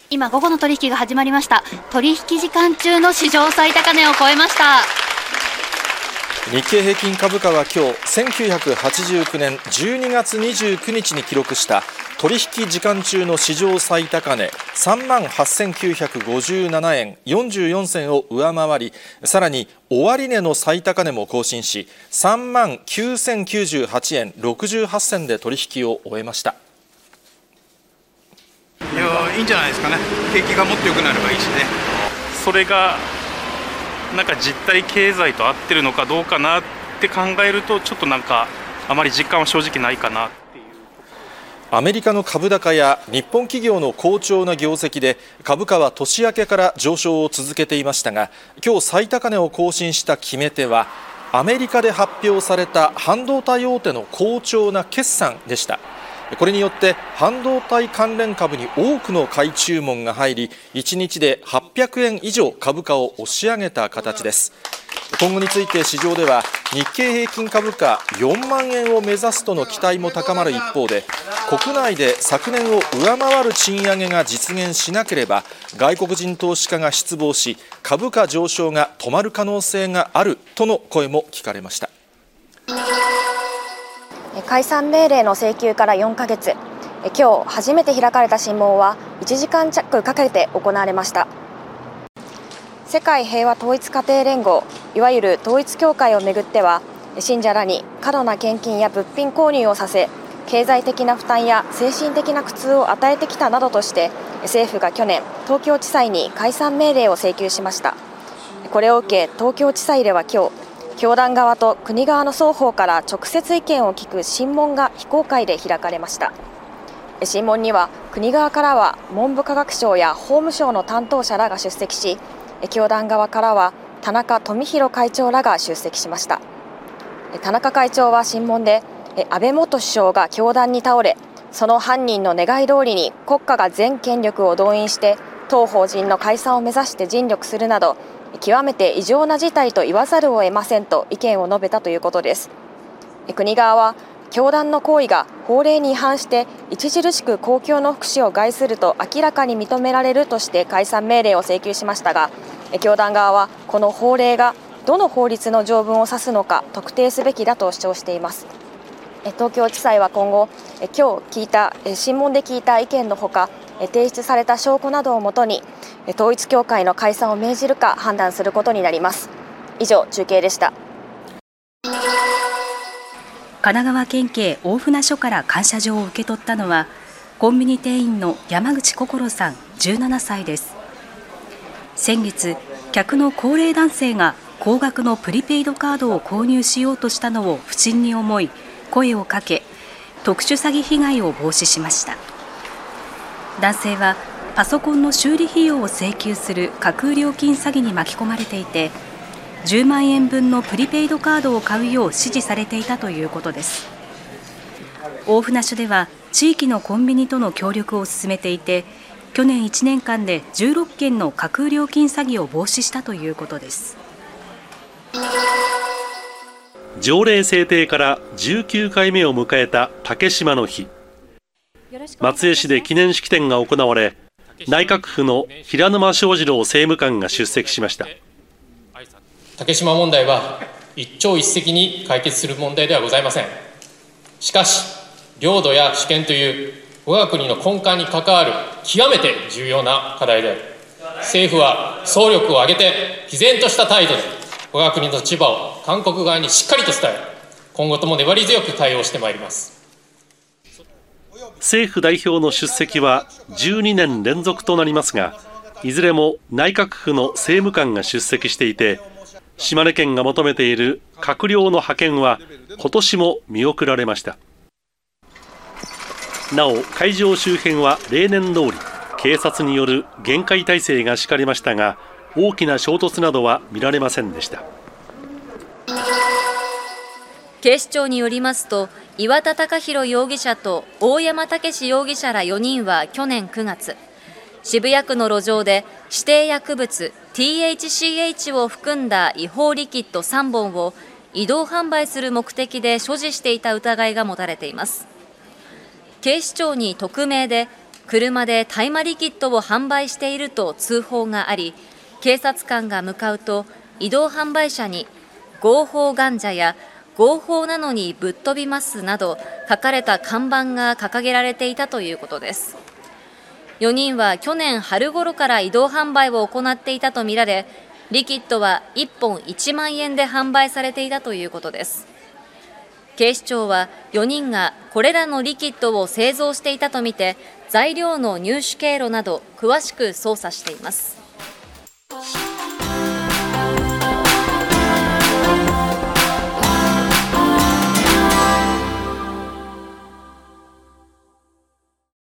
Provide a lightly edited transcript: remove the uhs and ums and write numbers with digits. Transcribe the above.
今午後の取引が始まりました。取引時間中の史上最高値を超えました。 日経平均株価は今日1989年12月29日に記録した取引時間中の史上最高値38,957円44銭を上回り、さらに終値の最高値も更新し、39,098円68銭で取引を終えました。 いいんじゃないですかね。景気がもっと良くなればいいしね。 それがなんか実体経済と合ってるのかどうかなって考えると、ちょっとなんかあまり実感は正直ないかなっていう。 アメリカの株高や日本企業の好調な業績で株価は年明けから上昇を続けていましたが、今日最高値を更新した決め手はアメリカで発表された半導体大手の好調な決算でした。これによって半導体関連株に多くの買い注文が入り、1日で800円以上株価を押し上げた形です。今後について市場では日経平均株価4万円を目指すとの期待も高まる一方で、国内で昨年を上回る賃上げが実現しなければ外国人投資家が失望し、株価上昇が止まる可能性があるとの声も聞かれました。 解散命令の請求から4ヶ月、今日初めて開かれた審問は1時間弱かけて行われました。世界平和統一家庭連合、いわゆる統一教会をめぐっては、信者らに過度な献金や物品購入をさせ、経済的な負担や精神的な苦痛を与えてきたなどとして、政府が去年東京地裁に解散命令を請求しました。これを受け東京地裁では今日、教団側と国側の双方から直接意見を聞く審問が非公開で開かれました。審問には国側からは文部科学省や法務省の担当者らが出席し、教団側からは田中富広会長らが出席しました。田中会長は審問で、安倍元首相が凶弾に倒れ、その犯人の願い通りに国家が全権力を動員して当法人の解散を目指して尽力するなど、極めて異常な事態と言わざるを得ませんと意見を述べたということです。国側は教団の行為が法令に違反して著しく公共の福祉を害すると明らかに認められるとして解散命令を請求しましたが、教団側はこの法令がどの法律の条文を指すのか特定すべきだと主張しています。東京地裁は今後、今日審問で聞いた意見のほか、提出された証拠などをもとに統一教会の解散を命じるか判断することになります。以上、中継でした。 神奈川県警大船署から感謝状を受け取ったのはコンビニ店員の山口心さん17歳です。先月、客の高齢男性が高額のプリペイドカードを購入しようとしたのを不審に思い声をかけ、特殊詐欺被害を防止しました。男性はパソコンの修理費用を請求する架空料金詐欺に巻き込まれていて、10万円分のプリペイドカードを買うよう指示されていたということです。大船署では地域のコンビニとの協力を進めていて、去年1年間で16件の架空料金詐欺を防止したということです。 条例制定から19回目を迎えた竹島の日。松江市で記念式典が行われ、内閣府の平沼正二郎政務官が出席しました。 竹島問題は一朝一夕に解決する問題ではございません。しかし、領土や主権という我が国の根幹に関わる極めて重要な課題である。政府は総力を挙げて毅然とした態度で我が国の立場を韓国側にしっかりと伝え、今後とも粘り強く対応してまいります。 政府代表の出席は12年連続となりますが、いずれも内閣府の政務官が出席していて、島根県が求めている閣僚の派遣は今年も見送られました。なお、会場周辺は例年通り警察による厳戒態勢が敷かれましたが、大きな衝突などは見られませんでした。 警視庁によりますと、岩田孝弘容疑者と大山武容疑者ら4人は去年9月、渋谷区の路上で指定薬物 THCH を含んだ違法リキッド3本を移動販売する目的で所持していた疑いが持たれています。警視庁に匿名で車で大麻リキッドを販売していると通報があり、警察官が向かうと、移動販売車に合法ガンジャや合法なのにぶっ飛びますなど書かれた看板が掲げられていたということです。4人は去年春頃から移動販売を行っていたとみられ、リキッドは1本1万円で販売されていたということです。警視庁は4人がこれらのリキッドを製造していたとみて、材料の入手経路など詳しく捜査しています。